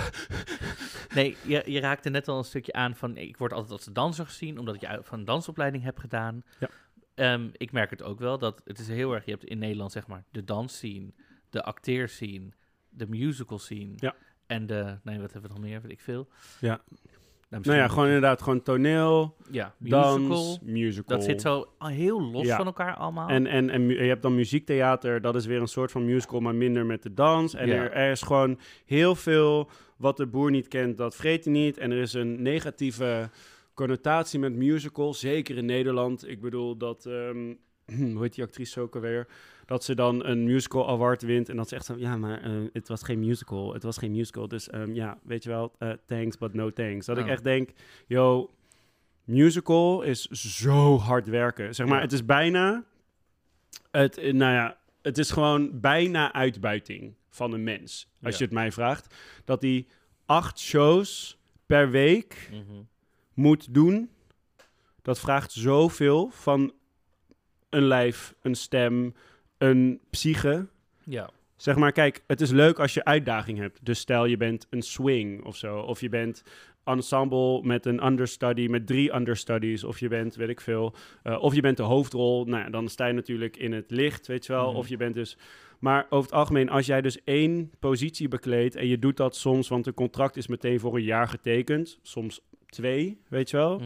Nee, je, je raakte net al een stukje aan van, ik word altijd als danser gezien, omdat ik van een dansopleiding heb gedaan. Ja. Um, ik merk het ook wel, dat het is heel erg, je hebt in Nederland zeg maar de dansscene, de acteerscene, de musical scene Ja. en de, nee, wat hebben we nog meer, weet ik veel. Ja. Nou, Nou ja, gewoon inderdaad gewoon toneel, ja, musical, dans, musical. dat zit zo heel los Ja. van elkaar allemaal. En, en, en mu- je hebt dan muziektheater, dat is weer een soort van musical, maar minder met de dans. En Ja. er, er is gewoon heel veel wat de boer niet kent, dat vreet hij niet. En er is een negatieve connotatie met musical, zeker in Nederland. Ik bedoel dat, um, hoe heet die actrice ook alweer? Dat ze dan een musical award wint en dat ze echt zo, ja, maar uh, het was geen musical, het was geen musical. Dus um, ja, weet je wel, uh, thanks, but no thanks. Dat Oh. ik echt denk, yo, musical is zo hard werken. Zeg maar, Ja. het is bijna, het, eh, nou ja, het is gewoon bijna uitbuiting van een mens, als Ja. je het mij vraagt. Dat hij acht shows per week Mhm. moet doen, dat vraagt zoveel van een lijf, een stem, een psyche. Ja. Zeg maar, kijk, het is leuk als je uitdaging hebt. Dus stel je bent een swing of zo, of je bent ensemble met een understudy, met drie understudies, of je bent, weet ik veel, uh, of je bent de hoofdrol. Nou ja, dan sta je natuurlijk in het licht, weet je wel, Mhm. of je bent dus... Maar over het algemeen, als jij dus één positie bekleedt en je doet dat soms, want een contract is meteen voor een jaar getekend, soms twee, weet je wel. Mhm.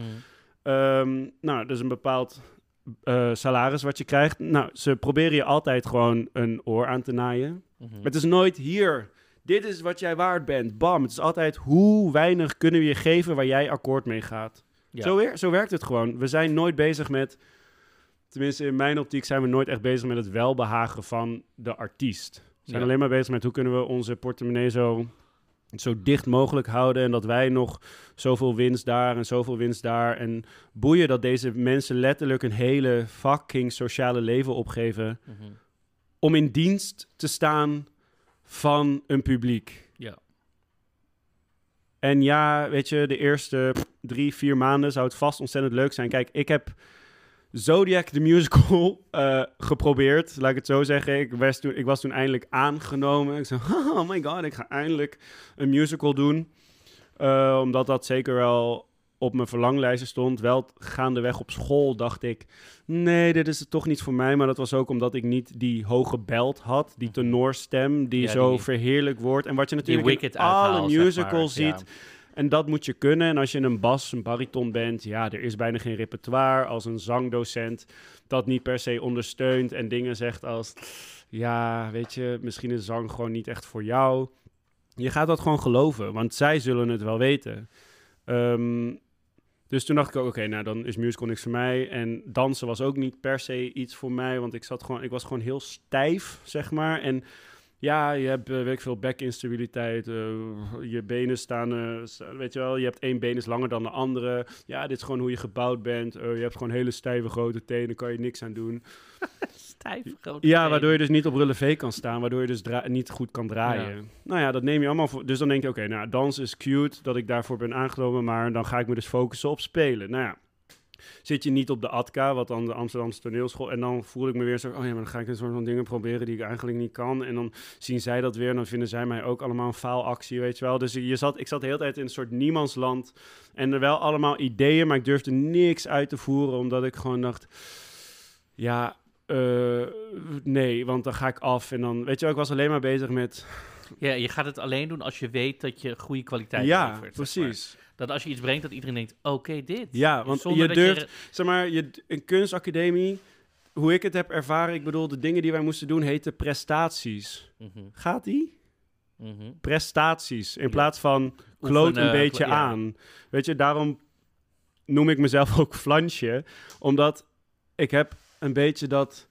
Um, nou, dat is een bepaald uh, salaris wat je krijgt. Nou, ze proberen je altijd gewoon een oor aan te naaien. Mhm. Het is nooit hier, dit is wat jij waard bent, bam. Het is altijd hoe weinig kunnen we je geven waar jij akkoord mee gaat. Ja. Zo, weer, zo werkt het gewoon. We zijn nooit bezig met, tenminste in mijn optiek zijn we nooit echt bezig met het welbehagen van de artiest. We zijn Ja. alleen maar bezig met hoe kunnen we onze portemonnee zo, zo dicht mogelijk houden en dat wij nog zoveel winst daar en zoveel winst daar. En boeien dat deze mensen letterlijk een hele fucking sociale leven opgeven Mhm. om in dienst te staan van een publiek. Ja. En ja, weet je, de eerste drie, vier maanden zou het vast ontzettend leuk zijn. Kijk, ik heb Zodiac the Musical uh, geprobeerd, laat ik het zo zeggen. Ik was, toen, ik was toen eindelijk aangenomen. Ik zei, oh my god, ik ga eindelijk een musical doen. Uh, omdat dat zeker wel op mijn verlanglijsten stond. Wel gaandeweg op school dacht ik, nee, dit is het toch niet voor mij. Maar dat was ook omdat ik niet die hoge belt had. Die tenorstem die ja, zo die, verheerlijk wordt. En wat je natuurlijk in alle musicals zeg maar, ziet. Ja. En dat moet je kunnen. En als je een bas, een bariton bent, ja, er is bijna geen repertoire. Als een zangdocent dat niet per se ondersteunt en dingen zegt als, ja, weet je, misschien is zang gewoon niet echt voor jou. Je gaat dat gewoon geloven, want zij zullen het wel weten. Um, dus toen dacht ik ook, oké, okay, nou dan is musical niks voor mij. En dansen was ook niet per se iets voor mij, want ik zat gewoon, ik was gewoon heel stijf, zeg maar. En ja, je hebt, uh, weet ik veel, back-instabiliteit. Uh, je benen staan, uh, weet je wel, je hebt één been is langer dan de andere. Ja, dit is gewoon hoe je gebouwd bent. Uh, je hebt gewoon hele stijve grote tenen, kan je niks aan doen. Stijve grote Ja, tenen. waardoor je dus niet op relevé kan staan, waardoor je dus dra- niet goed kan draaien. Ja. Nou ja, dat neem je allemaal voor. Dus dan denk je, oké, okay, nou, dans is cute, dat ik daarvoor ben aangenomen, maar dan ga ik me dus focussen op spelen. Nou ja. Zit je niet op de A T K A, wat dan de Amsterdamse toneelschool, en dan voel ik me weer zo, oh ja, maar dan ga ik een soort van dingen proberen die ik eigenlijk niet kan. En dan zien zij dat weer en dan vinden zij mij ook allemaal een faalactie, weet je wel. Dus je zat, ik zat de hele tijd in een soort niemandsland en er wel allemaal ideeën, maar ik durfde niks uit te voeren, omdat ik gewoon dacht, ja, uh, nee, want dan ga ik af. En dan, weet je wel, ik was alleen maar bezig met... Ja, je gaat het alleen doen als je weet dat je goede kwaliteit ja, levert. Precies. Zeg maar. Dat als je iets brengt, dat iedereen denkt, oké, okay, dit. Ja, want je durft, je... zeg maar, je, een kunstacademie, hoe ik het heb ervaren, ik bedoel, de dingen die wij moesten doen heten prestaties. Mm-hmm. Gaat die? Mm-hmm. Prestaties, in ja. plaats van kloot Oefenen, een beetje kla- ja. aan. Weet je, daarom noem ik mezelf ook flansje, omdat ik heb een beetje dat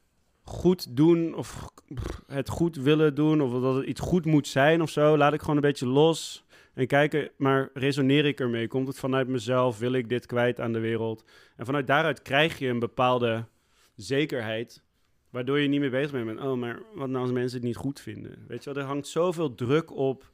goed doen, of het goed willen doen, of dat het iets goed moet zijn of zo, laat ik gewoon een beetje los. En kijken, maar resoneer ik ermee? Komt het vanuit mezelf? Wil ik dit kwijt aan de wereld? En vanuit daaruit krijg je een bepaalde zekerheid, waardoor je niet meer bezig bent met, oh, maar wat nou als mensen het niet goed vinden? Weet je wel, er hangt zoveel druk op,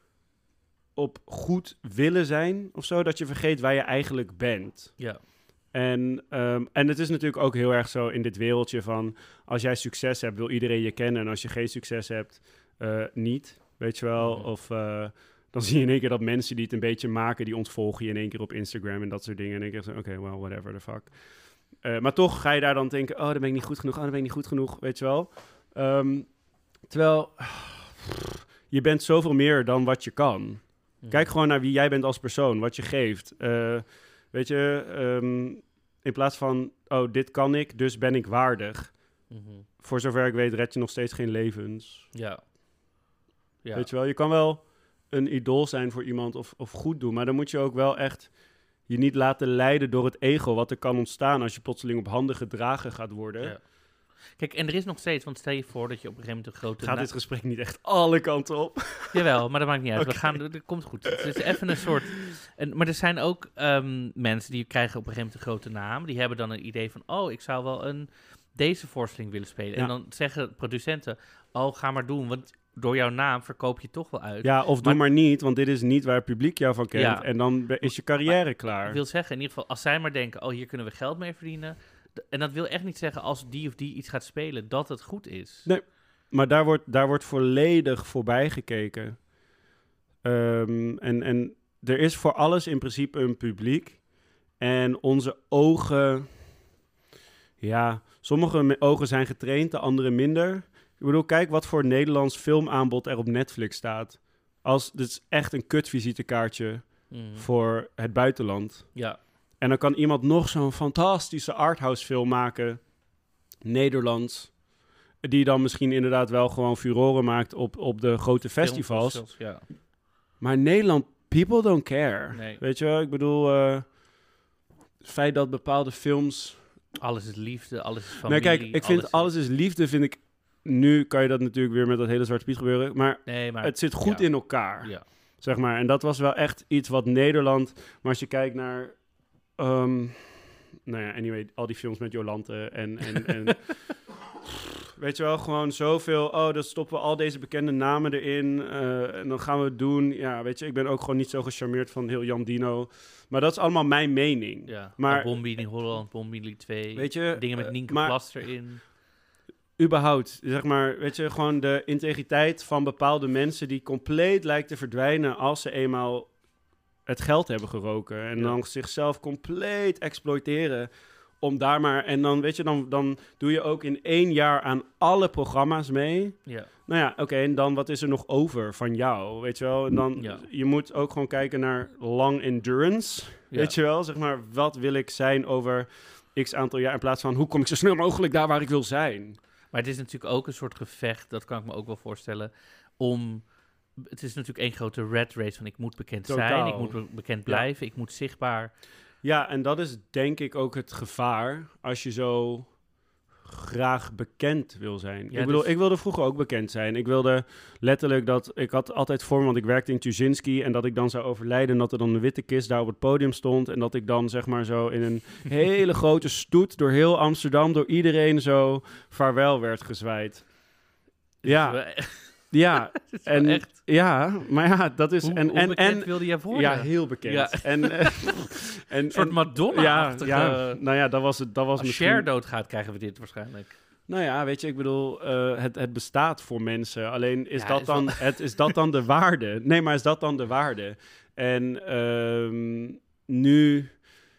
op goed willen zijn of zo, dat je vergeet waar je eigenlijk bent. Ja. En, um, en het is natuurlijk ook heel erg zo in dit wereldje van, als jij succes hebt, wil iedereen je kennen. En als je geen succes hebt, uh, niet, weet je wel, mm-hmm. of... Uh, dan zie je in één keer dat mensen die het een beetje maken, die ontvolgen je in één keer op Instagram en dat soort dingen. En dan denk je, oké, okay, well, whatever the fuck. Uh, maar toch ga je daar dan denken, oh, dan ben ik niet goed genoeg, oh, dan ben ik niet goed genoeg, weet je wel. Um, terwijl, pff, je bent zoveel meer dan wat je kan. Mm-hmm. Kijk gewoon naar wie jij bent als persoon, wat je geeft. Uh, weet je, um, in plaats van, oh, dit kan ik, dus ben ik waardig. Mm-hmm. Voor zover ik weet, red je nog steeds geen levens. Ja. Ja. Weet je wel, je kan wel een idool zijn voor iemand of, of goed doen, maar dan moet je ook wel echt je niet laten leiden door het ego wat er kan ontstaan als je plotseling op handen gedragen gaat worden. Ja. Kijk, en er is nog steeds, want stel je voor dat je op een gegeven moment een grote... Gaat na- dit gesprek niet echt alle kanten op? Jawel, maar dat maakt niet uit. Okay. We gaan, dat komt goed. Het is even een soort... En, maar er zijn ook um, mensen die krijgen op een gegeven moment een grote naam. Die hebben dan een idee van, oh, ik zou wel een deze voorstelling willen spelen. Ja. En dan zeggen producenten, oh, ga maar doen, want door jouw naam verkoop je toch wel uit. Ja, of maar, doe maar niet, want dit is niet waar het publiek jou van kent. Ja. En dan is je carrière maar, klaar. Ik wil zeggen, in ieder geval, als zij maar denken, oh, hier kunnen we geld mee verdienen. En dat wil echt niet zeggen, als die of die iets gaat spelen, dat het goed is. Nee, maar daar wordt, daar wordt volledig voorbij gekeken. Um, en, en er is voor alles in principe een publiek. En onze ogen... Ja, sommige ogen zijn getraind, de andere minder. Ik bedoel, kijk wat voor Nederlands filmaanbod er op Netflix staat. Als, dit is echt een kutvisitekaartje mm. voor het buitenland. Ja. En dan kan iemand nog zo'n fantastische arthouse film maken, Nederlands, die dan misschien inderdaad wel gewoon furoren maakt op, op de grote festivals. Filmfestivals, ja. Maar Nederland, people don't care. Nee. Weet je wel, ik bedoel, uh, het feit dat bepaalde films... Alles is liefde, alles is familie. Nou kijk, ik vind alles, alles is liefde, vind ik... Nu kan je dat natuurlijk weer met dat hele Zwarte Piet gebeuren, maar, nee, maar het zit goed ja. in elkaar, ja. zeg maar. En dat was wel echt iets wat Nederland... Maar als je kijkt naar... Um, nou ja, anyway, al die films met Jolante en... en, en weet je wel, gewoon zoveel... Oh, dan stoppen we al deze bekende namen erin. Uh, en dan gaan we het doen. Ja, weet je, ik ben ook gewoon niet zo gecharmeerd van heel Jan Dino. Maar dat is allemaal mijn mening. Ja, maar Bombi in Holland, Bombi twee. Weet je, dingen met uh, Nienke maar, Plas erin. Überhaupt, zeg maar, weet je, gewoon de integriteit van bepaalde mensen... die compleet lijkt te verdwijnen als ze eenmaal het geld hebben geroken. En ja. dan zichzelf compleet exploiteren... Om daar maar... En dan, weet je, dan, dan doe je ook in één jaar aan alle programma's mee. Ja. Nou ja, oké, okay, en dan wat is er nog over van jou, weet je wel? En dan, ja. je moet ook gewoon kijken naar long endurance, ja. weet je wel? Zeg maar, wat wil ik zijn over x aantal jaar... in plaats van, hoe kom ik zo snel mogelijk daar waar ik wil zijn? Maar het is natuurlijk ook een soort gevecht, dat kan ik me ook wel voorstellen, om... Het is natuurlijk één grote rat race van ik moet bekend Totaal. zijn, ik moet be- bekend blijven, ja. ik moet zichtbaar... Ja, en dat is denk ik ook het gevaar als je zo graag bekend wil zijn. Ja, ik bedoel, dus... ik wilde vroeger ook bekend zijn. Ik wilde letterlijk dat... Ik had altijd voor me, want ik werkte in Tuschinski... en dat ik dan zou overlijden en dat er dan een witte kist daar op het podium stond... en dat ik dan zeg maar zo in een hele grote stoet door heel Amsterdam... door iedereen zo vaarwel werd gezwaaid. Ja... Ja, en echt. Ja, maar ja, dat is... Hoe, en, hoe en, bekend en, wilde jij worden? Ja, heel bekend. Ja. En, uh, en, een soort Madonna-achtige... Ja, ja, nou ja, dat was het. Dat was Als misschien... Cher doodgaat, krijgen we dit waarschijnlijk. Nou ja, weet je, ik bedoel, uh, het, het bestaat voor mensen. Alleen is, ja, dat is dan, wel... het, is dat dan de waarde? Nee, maar is dat dan de waarde? En um, nu,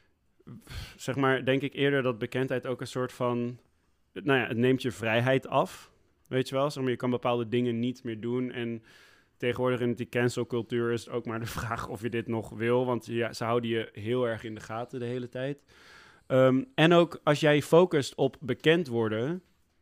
zeg maar, denk ik eerder dat bekendheid ook een soort van... Nou ja, het neemt je vrijheid af... Weet je wel, zeg maar, je kan bepaalde dingen niet meer doen. En tegenwoordig in die cancelcultuur is het ook maar de vraag of je dit nog wil. Want ja, ze houden je heel erg in de gaten de hele tijd. Um, en ook als jij focust op bekend worden...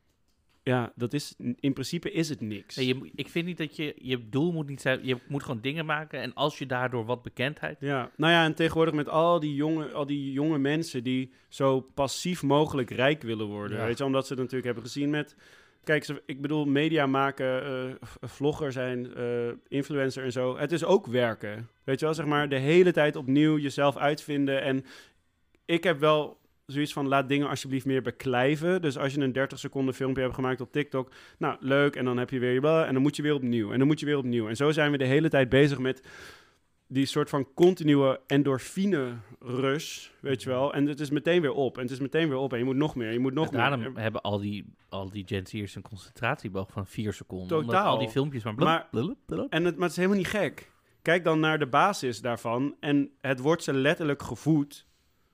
Ja, dat is, in principe is het niks. Nee, je, ik vind niet dat je... Je doel moet niet zijn... Je moet gewoon dingen maken. En als je daardoor wat bekendheid... Ja, nou ja, en tegenwoordig met al die jonge, al die jonge mensen... die zo passief mogelijk rijk willen worden. Ja. Weet je, omdat ze het natuurlijk hebben gezien met... Kijk, ik bedoel, media maken, uh, vlogger zijn, uh, influencer en zo. Het is ook werken. Weet je wel, zeg maar, de hele tijd opnieuw jezelf uitvinden. En ik heb wel zoiets van, laat dingen alsjeblieft meer beklijven. Dus als je een dertig seconden filmpje hebt gemaakt op TikTok, nou, leuk. En dan heb je weer je blah, en dan moet je weer opnieuw. En dan moet je weer opnieuw. En zo zijn we de hele tijd bezig met... die soort van continue endorfine-rush, weet je wel. En het is meteen weer op. En het is meteen weer op. En je moet nog meer. Je moet nog en daarom meer. hebben al die, al die Gen Z'ers een concentratieboog van vier seconden. Totaal. Omdat al die filmpjes maar... Blub, maar blub, blub. En het, maar het is helemaal niet gek. Kijk dan naar de basis daarvan. En het wordt ze letterlijk gevoed.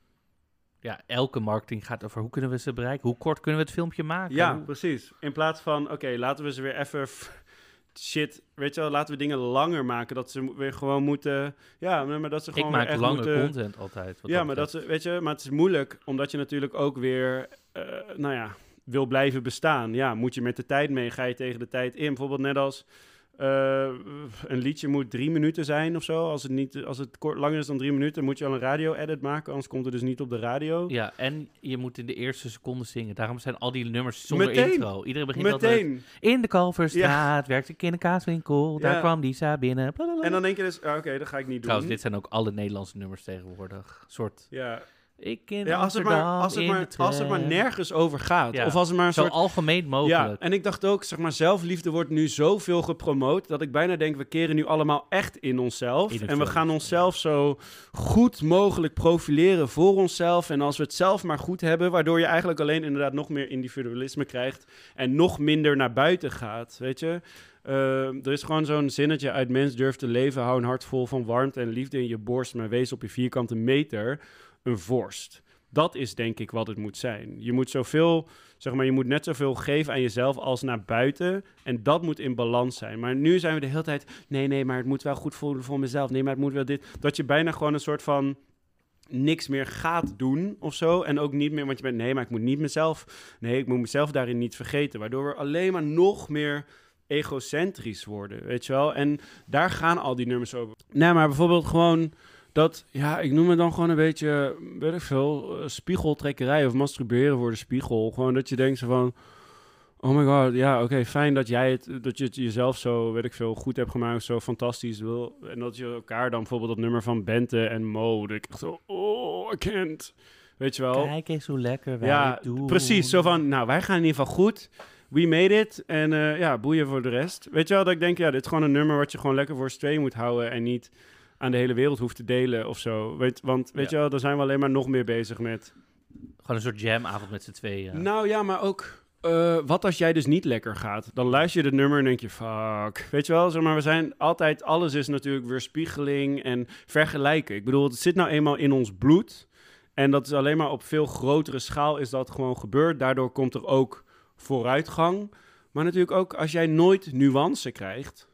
Ja, elke marketing gaat over hoe kunnen we ze bereiken? Hoe kort kunnen we het filmpje maken? Ja, hoe... precies. In plaats van, oké, okay, laten we ze weer even... Shit, weet je wel, laten we dingen langer maken. Dat ze weer gewoon moeten... Ja, maar dat ze gewoon Ik maak echt lange moeten... content altijd. Ja, dat maar dat ze... Weet je, maar het is moeilijk, omdat je natuurlijk ook weer... Uh, nou ja, wil blijven bestaan. Ja, moet je met de tijd mee? Ga je tegen de tijd in? Bijvoorbeeld net als... Uh, een liedje moet drie minuten zijn of zo. Als het, niet, als het kort, langer is dan drie minuten, moet je al een radio-edit maken. Anders komt het dus niet op de radio. Ja, en je moet in de eerste seconde zingen. Daarom zijn al die nummers zonder Meteen. intro. Iedereen begint Meteen. altijd... In de Kalverstraat ja. werkte ik in een kaaswinkel. Daar ja. kwam Lisa binnen. Blablabla. En dan denk je dus, oké, okay, dat ga ik niet doen. Trouwens, dit zijn ook alle Nederlandse nummers tegenwoordig. Soort... Ja. Ik in ja, als, het maar, als, het maar, als het maar nergens over gaat. Ja. Of als het maar een zo soort... algemeen mogelijk. Ja, en ik dacht ook, zeg maar, zelfliefde wordt nu zoveel gepromoot... dat ik bijna denk, we keren nu allemaal echt in onszelf. In en we gaan onszelf zo goed mogelijk profileren voor onszelf. En als we het zelf maar goed hebben... waardoor je eigenlijk alleen inderdaad nog meer individualisme krijgt... en nog minder naar buiten gaat, weet je... Uh, er is gewoon zo'n zinnetje uit Mens durft te leven... hou een hart vol van warmte en liefde in je borst... maar wees op je vierkante meter... een vorst. Dat is denk ik wat het moet zijn. Je moet zoveel, zeg maar, je moet net zoveel geven aan jezelf als naar buiten. En dat moet in balans zijn. Maar nu zijn we de hele tijd, nee, nee, maar het moet wel goed voelen voor mezelf. Nee, maar het moet wel dit. Dat je bijna gewoon een soort van niks meer gaat doen of zo. En ook niet meer, want je bent, nee, maar ik moet niet mezelf, nee, ik moet mezelf daarin niet vergeten. Waardoor we alleen maar nog meer egocentrisch worden, weet je wel. En daar gaan al die nummers over. Nee, maar bijvoorbeeld gewoon... Dat, ja, ik noem het dan gewoon een beetje, weet ik veel, uh, spiegeltrekkerij of masturberen voor de spiegel. Gewoon dat je denkt zo van, oh my god, ja, oké, okay, fijn dat jij het, dat je het jezelf zo, weet ik veel, goed hebt gemaakt, zo fantastisch wil. En dat je elkaar dan bijvoorbeeld dat nummer van Bente en Mo, dat ik echt zo, oh, I can't, weet je wel. Kijk eens hoe lekker wij ja, het doen. Precies, zo van, nou, wij gaan in ieder geval goed. we made it. En uh, ja, boeien voor de rest. Weet je wel, dat ik denk, ja, dit is gewoon een nummer wat je gewoon lekker voor z'n tweeën moet houden en niet aan de hele wereld hoeft te delen of zo. Weet, want weet ja. je wel, dan zijn we alleen maar nog meer bezig met... Gewoon een soort jamavond met z'n tweeën. Nou ja, maar ook... Uh, wat als jij dus niet lekker gaat? Dan luister je het nummer en denk je, fuck. Weet je wel, zeg maar, we zijn altijd... Alles is natuurlijk weerspiegeling en vergelijken. Ik bedoel, het zit nou eenmaal in ons bloed. En dat is alleen maar op veel grotere schaal is dat gewoon gebeurd. Daardoor komt er ook vooruitgang. Maar natuurlijk ook, als jij nooit nuance krijgt...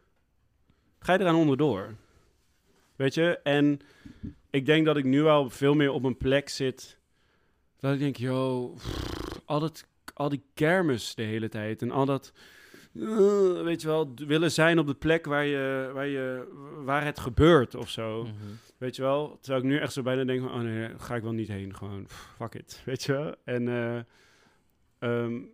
ga je eraan onderdoor. Weet je? En ik denk dat ik nu al veel meer op een plek zit... dat ik denk, yo, pff, al, dat, al die kermis de hele tijd... en al dat, uh, weet je wel, willen zijn op de plek waar, je, waar, je, waar het gebeurt of zo. Mm-hmm. Weet je wel? Terwijl ik nu echt zo bijna denk, van, oh nee, daar ga ik wel niet heen. Gewoon, pff, fuck it, weet je wel? En... Uh, um,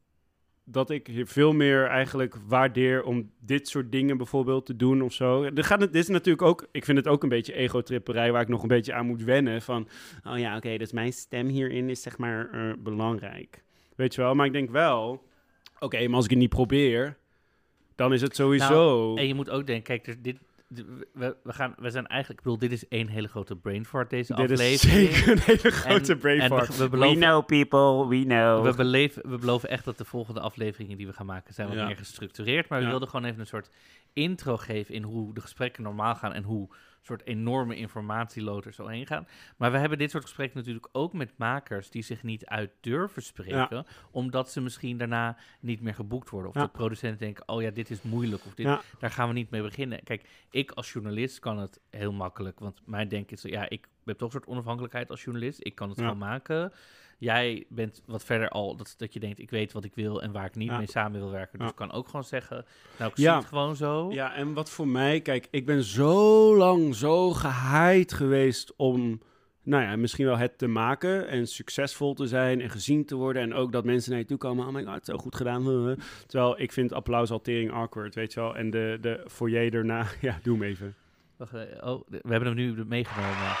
dat ik hier veel meer eigenlijk waardeer om dit soort dingen bijvoorbeeld te doen of zo. Er gaat het, dit is natuurlijk ook, ik vind het ook een beetje egotripperij waar ik nog een beetje aan moet wennen. Van, oh ja, oké, okay, dus mijn stem hierin is zeg maar uh, belangrijk. Weet je wel, maar ik denk wel, oké, okay, maar als ik het niet probeer, dan is het sowieso... Nou, en je moet ook denken, kijk, dus dit... We, we, gaan, we zijn eigenlijk, ik bedoel, dit is één hele grote brain fart, deze dit aflevering. Dit is zeker een hele grote en, brain en fart. We, we, beloven, we know people, we know. We, beleven, we beloven echt dat de volgende afleveringen die we gaan maken zijn wat ja. meer gestructureerd. Maar we ja. wilden gewoon even een soort intro geven in hoe de gesprekken normaal gaan en hoe een soort enorme informatielood er zo heen gaan. Maar we hebben dit soort gesprekken natuurlijk ook met makers die zich niet uit durven spreken, ja. omdat ze misschien daarna niet meer geboekt worden. Of ja. de producenten denken, oh ja, dit is moeilijk, of dit, ja. daar gaan we niet mee beginnen. Kijk, ik als journalist kan het heel makkelijk, want mijn denken is, ja, ik heb toch een soort onafhankelijkheid als journalist. Ik kan het ja. gewoon maken. Jij bent wat verder al, dat, dat je denkt, ik weet wat ik wil en waar ik niet ja. mee samen wil werken. Dus ja. ik kan ook gewoon zeggen, nou, ik zie ja. het gewoon zo. Ja, en wat voor mij, kijk, ik ben zo lang zo gehyped geweest om, nou ja, misschien wel het te maken en succesvol te zijn en gezien te worden. En ook dat mensen naar je toe komen, oh my god, zo goed gedaan. Terwijl ik vind applaus al tering awkward, weet je wel. En de, de foyer erna, ja, doe hem even. Wacht, oh, we hebben hem nu meegenomen.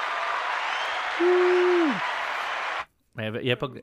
Maar je hebt ook...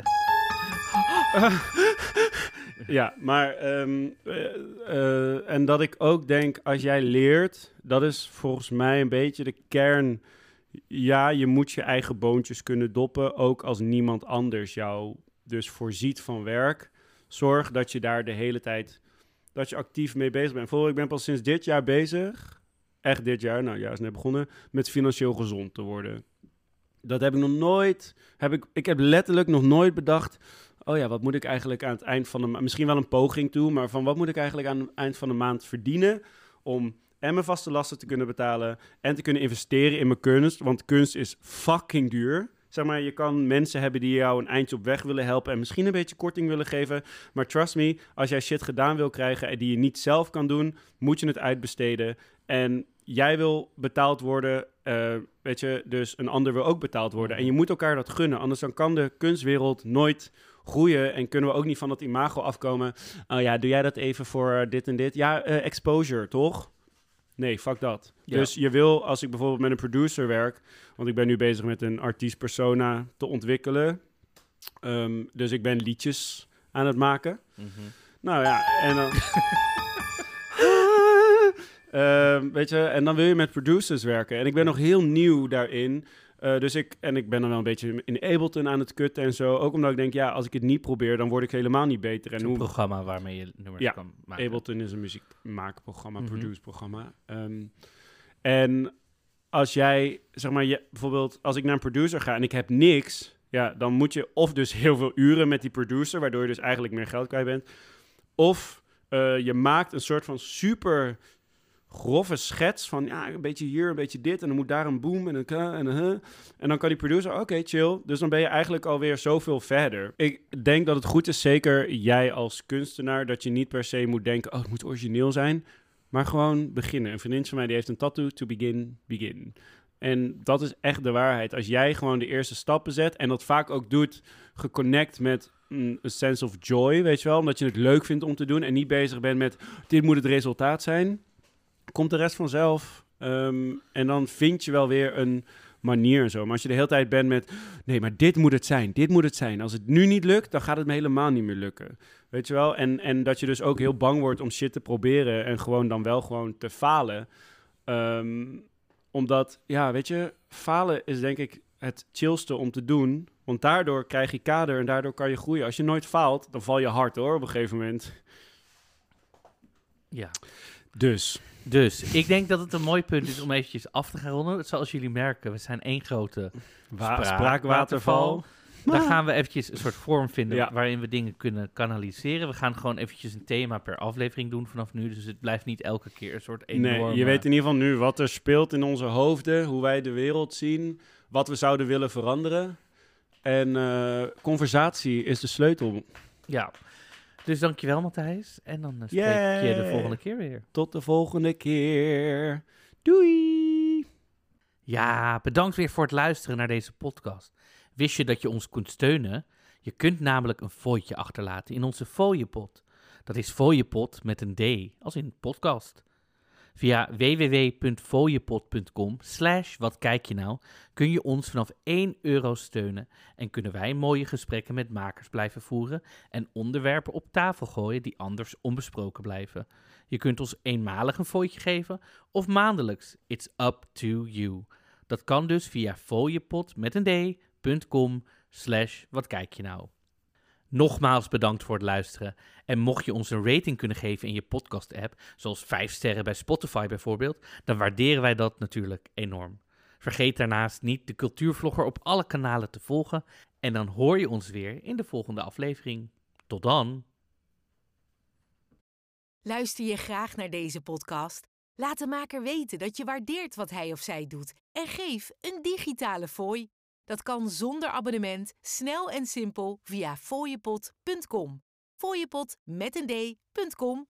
ja, maar... Um, uh, uh, en dat ik ook denk, als jij leert... Dat is volgens mij een beetje de kern... Ja, je moet je eigen boontjes kunnen doppen... ook als niemand anders jou dus voorziet van werk. Zorg dat je daar de hele tijd... dat je actief mee bezig bent. Bijvoorbeeld, ik ben pas sinds dit jaar bezig... echt dit jaar, nou ja, is net begonnen... met financieel gezond te worden... Dat heb ik nog nooit... Heb ik, ik heb letterlijk nog nooit bedacht... Oh ja, wat moet ik eigenlijk aan het eind van de maand... Misschien wel een poging toe... maar van wat moet ik eigenlijk aan het eind van de maand verdienen... om en mijn vaste lasten te kunnen betalen... en te kunnen investeren in mijn kunst. Want kunst is fucking duur. Zeg maar, je kan mensen hebben die jou een eindje op weg willen helpen... en misschien een beetje korting willen geven. Maar trust me, als jij shit gedaan wil krijgen... en die je niet zelf kan doen... moet je het uitbesteden. En jij wil betaald worden... Uh, weet je, dus een ander wil ook betaald worden. En je moet elkaar dat gunnen. Anders dan kan de kunstwereld nooit groeien... en kunnen we ook niet van dat imago afkomen. Oh ja, doe jij dat even voor dit en dit? Ja, uh, exposure, toch? Nee, fuck dat. Ja. Dus je wil, als ik bijvoorbeeld met een producer werk... want ik ben nu bezig met een artiest persona te ontwikkelen. Um, dus ik ben liedjes aan het maken. Mm-hmm. Nou ja, en dan... Uh, weet je, en dan wil je met producers werken. En ik ben nog heel nieuw daarin. Uh, dus ik, en ik ben dan wel een beetje in Ableton aan het kutten en zo. Ook omdat ik denk, ja, als ik het niet probeer, dan word ik helemaal niet beter. Het is een hoe... programma waarmee je nummers ja, kan maken. Ableton is een muziekmaakprogramma, mm-hmm. produce-programma. Um, en als jij, zeg maar, je, bijvoorbeeld, als ik naar een producer ga en ik heb niks... ja, dan moet je of dus heel veel uren met die producer... waardoor je dus eigenlijk meer geld kwijt bent. Of uh, je maakt een soort van super... grove schets van, ja, een beetje hier, een beetje dit... en dan moet daar een boom en een k en een huh. En dan kan die producer, oké, okay, chill. Dus dan ben je eigenlijk alweer zoveel verder. Ik denk dat het goed is, zeker jij als kunstenaar... dat je niet per se moet denken, oh, het moet origineel zijn... maar gewoon beginnen. Een vriendin van mij, die heeft een tattoo, to begin, begin. En dat is echt de waarheid. Als jij gewoon de eerste stappen zet... en dat vaak ook doet, geconnect met... een sense of joy, weet je wel... omdat je het leuk vindt om te doen... en niet bezig bent met, dit moet het resultaat zijn... komt de rest vanzelf. Um, en dan vind je wel weer een manier en zo. Maar als je de hele tijd bent met, nee, maar dit moet het zijn, dit moet het zijn. Als het nu niet lukt, dan gaat het me helemaal niet meer lukken. Weet je wel? En, en dat je dus ook heel bang wordt om shit te proberen en gewoon dan wel gewoon te falen. Um, omdat, ja, weet je, falen is denk ik het chillste om te doen. Want daardoor krijg je kader en daardoor kan je groeien. Als je nooit faalt, dan val je hard hoor, op een gegeven moment. Ja. Dus... Dus, ik denk dat het een mooi punt is om eventjes af te gaan ronden. Zoals jullie merken, we zijn één grote Wa- spra- spraakwaterval. Daar gaan we eventjes een soort vorm vinden Ja. waarin we dingen kunnen kanaliseren. We gaan gewoon eventjes een thema per aflevering doen vanaf nu. Dus het blijft niet elke keer een soort enorme... Nee, je weet in ieder geval nu wat er speelt in onze hoofden, hoe wij de wereld zien, wat we zouden willen veranderen. En uh, conversatie is de sleutel. Ja. Dus dankjewel Matthijs. En dan uh, spreek Yeah. ik je de volgende keer weer. Tot de volgende keer. Doei! Ja, bedankt weer voor het luisteren naar deze podcast. Wist je dat je ons kunt steunen? Je kunt namelijk een fooitje achterlaten in onze fooiepot. Dat is fooiepot met een D, als in podcast. Via www.fooiepot.com slash wat kijk je nou kun je ons vanaf één euro steunen en kunnen wij mooie gesprekken met makers blijven voeren en onderwerpen op tafel gooien die anders onbesproken blijven. Je kunt ons eenmalig een fooitje geven of maandelijks. It's up to you. Dat kan dus via fooiepot met een d.com slash wat kijk je nou. Nogmaals bedankt voor het luisteren. En mocht je ons een rating kunnen geven in je podcast-app, zoals vijf sterren bij Spotify bijvoorbeeld, dan waarderen wij dat natuurlijk enorm. Vergeet daarnaast niet de Cultuurvlogger op alle kanalen te volgen en dan hoor je ons weer in de volgende aflevering. Tot dan! Luister je graag naar deze podcast? Laat de maker weten dat je waardeert wat hij of zij doet en geef een digitale fooi. Dat kan zonder abonnement, snel en simpel via fooiepot punt com. Fooiepot met een d punt com